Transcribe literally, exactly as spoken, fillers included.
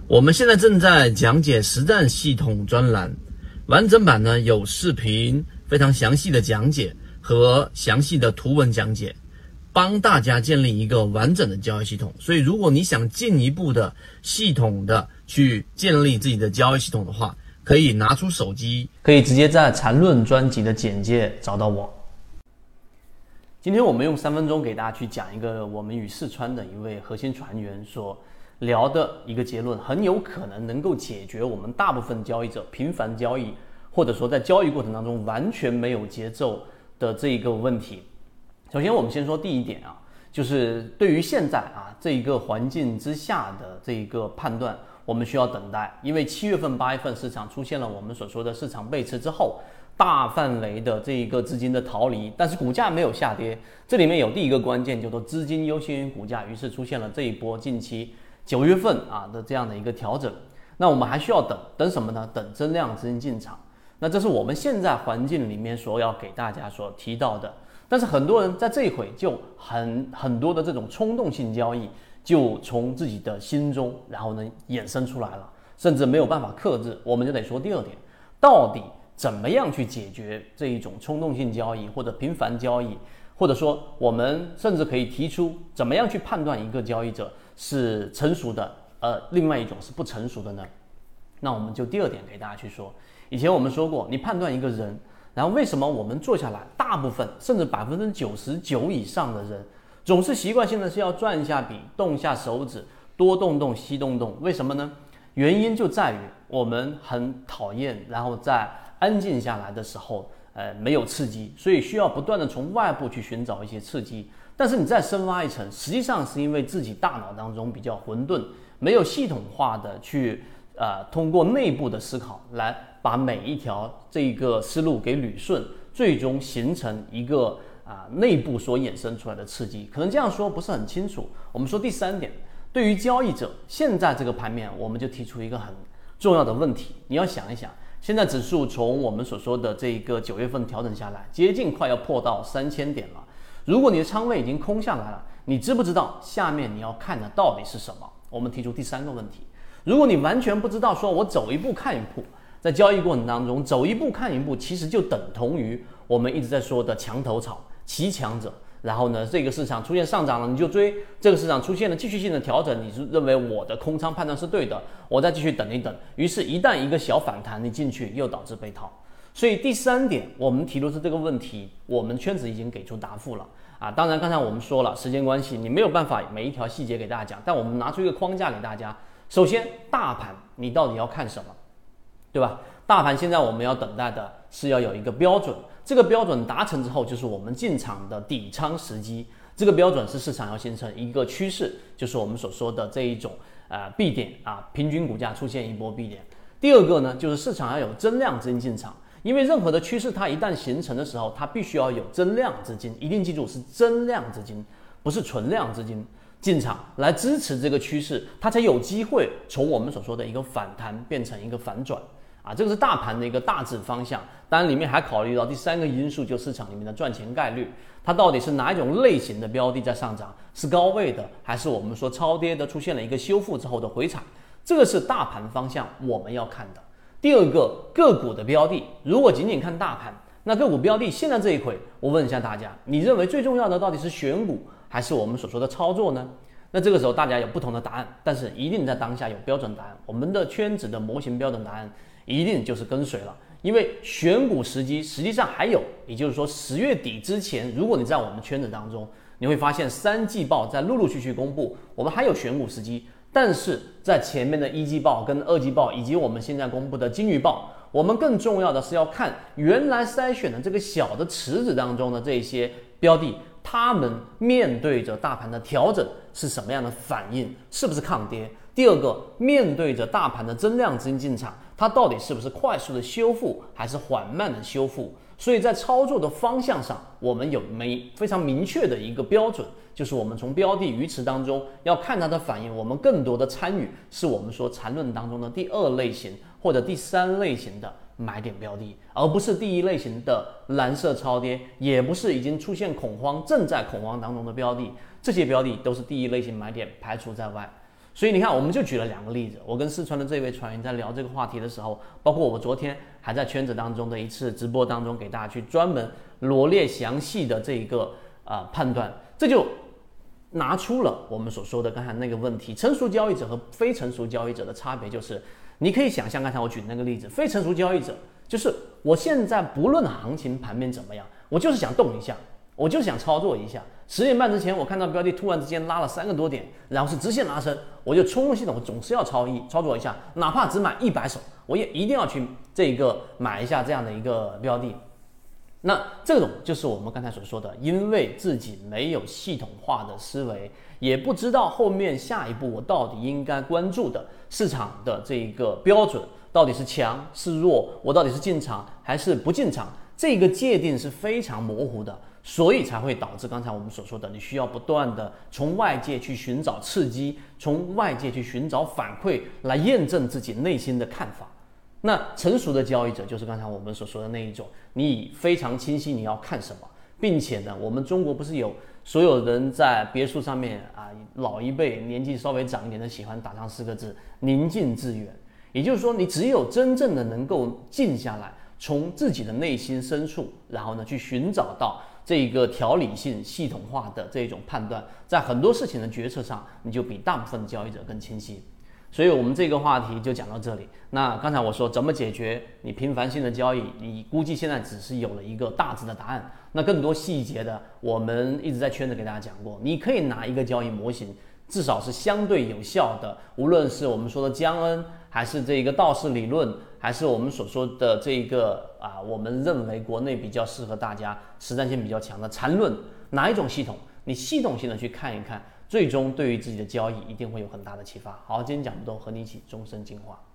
我们现在正在讲解实战系统专栏，完整版呢有视频非常详细的讲解和详细的图文讲解，帮大家建立一个完整的交易系统。所以如果你想进一步的系统的去建立自己的交易系统的话，可以拿出手机， 可以直接在缠论专辑的简介找到我。今天我们用三分钟给大家去讲一个我们与四川的一位核心船员所聊的一个结论，很有可能能够解决我们大部分交易者频繁交易，或者说在交易过程当中完全没有节奏的这一个问题。首先我们先说第一点啊，就是对于现在啊这一个环境之下的这一个判断，我们需要等待，因为七月份八月份市场出现了我们所说的市场背驰之后，大范围的这一个资金的逃离，但是股价没有下跌，这里面有第一个关键叫做资金优先于股价，于是出现了这一波近期九月份啊的这样的一个调整。那我们还需要等等什么呢？等增量资金进场。那这是我们现在环境里面所要给大家所提到的。但是很多人在这一回就很很多的这种冲动性交易就从自己的心中然后呢衍生出来了，甚至没有办法克制。我们就得说第二点，到底怎么样去解决这一种冲动性交易或者频繁交易，或者说我们甚至可以提出怎么样去判断一个交易者是成熟的，呃，另外一种是不成熟的呢？那我们就第二点给大家去说。以前我们说过，你判断一个人，然后为什么我们做下来，大部分甚至百分之九十九以上的人，总是习惯性的是要转一下笔，动一下手指，多动动，西动动。为什么呢？原因就在于我们很讨厌，然后在安静下来的时候，呃，没有刺激，所以需要不断的从外部去寻找一些刺激。但是你再深挖一层，实际上是因为自己大脑当中比较混沌，没有系统化的去呃通过内部的思考来把每一条这个思路给捋顺，最终形成一个啊、呃、内部所衍生出来的刺激。可能这样说不是很清楚。我们说第三点，对于交易者，现在这个盘面我们就提出一个很重要的问题，你要想一想。现在指数从我们所说的这一个九月份调整下来，接近快要破到三千点了。如果你的仓位已经空下来了，你知不知道下面你要看的到底是什么？我们提出第三个问题，如果你完全不知道，说我走一步看一步，在交易过程当中走一步看一步，其实就等同于我们一直在说的墙头草，骑强者。然后呢，这个市场出现上涨了，你就追；这个市场出现了继续性的调整，你是认为我的空仓判断是对的，我再继续等一等。于是，一旦一个小反弹，你进去又导致被套。所以第三点，我们提出是这个问题，我们圈子已经给出答复了啊。当然，刚才我们说了，时间关系，你没有办法每一条细节给大家讲，但我们拿出一个框架给大家。首先，大盘你到底要看什么，对吧？大盘现在我们要等待的是要有一个标准。这个标准达成之后，就是我们进场的底仓时机。这个标准是市场要形成一个趋势，就是我们所说的这一种呃 B 点啊，平均股价出现一波 B 点。第二个呢，就是市场要有增量资金进场，因为任何的趋势它一旦形成的时候，它必须要有增量资金，一定记住是增量资金，不是存量资金进场来支持这个趋势，它才有机会从我们所说的一个反弹变成一个反转。啊，这个是大盘的一个大致方向，当然里面还考虑到第三个因素，就市场里面的赚钱概率，它到底是哪一种类型的标的在上涨，是高位的，还是我们说超跌的，出现了一个修复之后的回踩，这个是大盘方向我们要看的。第二个，个股的标的，如果仅仅看大盘，那个股标的现在这一回，我问一下大家，你认为最重要的到底是选股，还是我们所说的操作呢？那这个时候大家有不同的答案，但是一定在当下有标准答案，我们的圈子的模型标准答案一定就是跟随了。因为选股时机实际上还有，也就是说十月底之前，如果你在我们圈子当中，你会发现三季报在陆陆续续公布，我们还有选股时机。但是在前面的一季报跟二季报以及我们现在公布的金鱼报，我们更重要的是要看原来筛选的这个小的池子当中的这些标的，他们面对着大盘的调整是什么样的反应，是不是抗跌？第二个，面对着大盘的增量资金进场，它到底是不是快速的修复，还是缓慢的修复？所以在操作的方向上，我们有没非常明确的一个标准，就是我们从标的鱼池当中要看它的反应，我们更多的参与是我们说缠论当中的第二类型或者第三类型的买点标的，而不是第一类型的蓝色超跌，也不是已经出现恐慌正在恐慌当中的标的，这些标的都是第一类型买点排除在外。 所以你看，我们就举了两个例子。我跟四川的这位船员在聊这个话题的时候，包括我昨天还在圈子当中的一次直播当中，给大家去专门罗列详细的这一个呃判断，这就拿出了我们所说的刚才那个问题：成熟交易者和非成熟交易者的差别就是，你可以想象刚才我举的那个例子，非成熟交易者就是我现在不论行情盘面怎么样，我就是想动一下。我就想操作一下，十点半之前我看到标的突然之间拉了三个多点，然后是直线拉升，我就冲入系统，我总是要操一操作一下，哪怕只买一百手，我也一定要去这个买一下这样的一个标的。那这种就是我们刚才所说的，因为自己没有系统化的思维，也不知道后面下一步我到底应该关注的市场的这个标准到底是强是弱，我到底是进场还是不进场，这个界定是非常模糊的。所以才会导致刚才我们所说的，你需要不断的从外界去寻找刺激，从外界去寻找反馈，来验证自己内心的看法。那成熟的交易者就是刚才我们所说的那一种，你非常清晰你要看什么，并且呢，我们中国不是有所有人在别墅上面啊，老一辈年纪稍微长一点的喜欢打上四个字“宁静致远”，也就是说，你只有真正的能够静下来，从自己的内心深处，然后呢去寻找到这个条理性系统化的这种判断，在很多事情的决策上，你就比大部分的交易者更清晰。所以我们这个话题就讲到这里。那刚才我说怎么解决你频繁性的交易，你估计现在只是有了一个大致的答案。那更多细节的，我们一直在圈子给大家讲过。你可以拿一个交易模型，至少是相对有效的，无论是我们说的江恩，还是这个道氏理论，还是我们所说的这个啊，我们认为国内比较适合大家实战性比较强的缠论，哪一种系统，你系统性的去看一看，最终对于自己的交易一定会有很大的启发。好，今天讲不动，和你一起终身进化。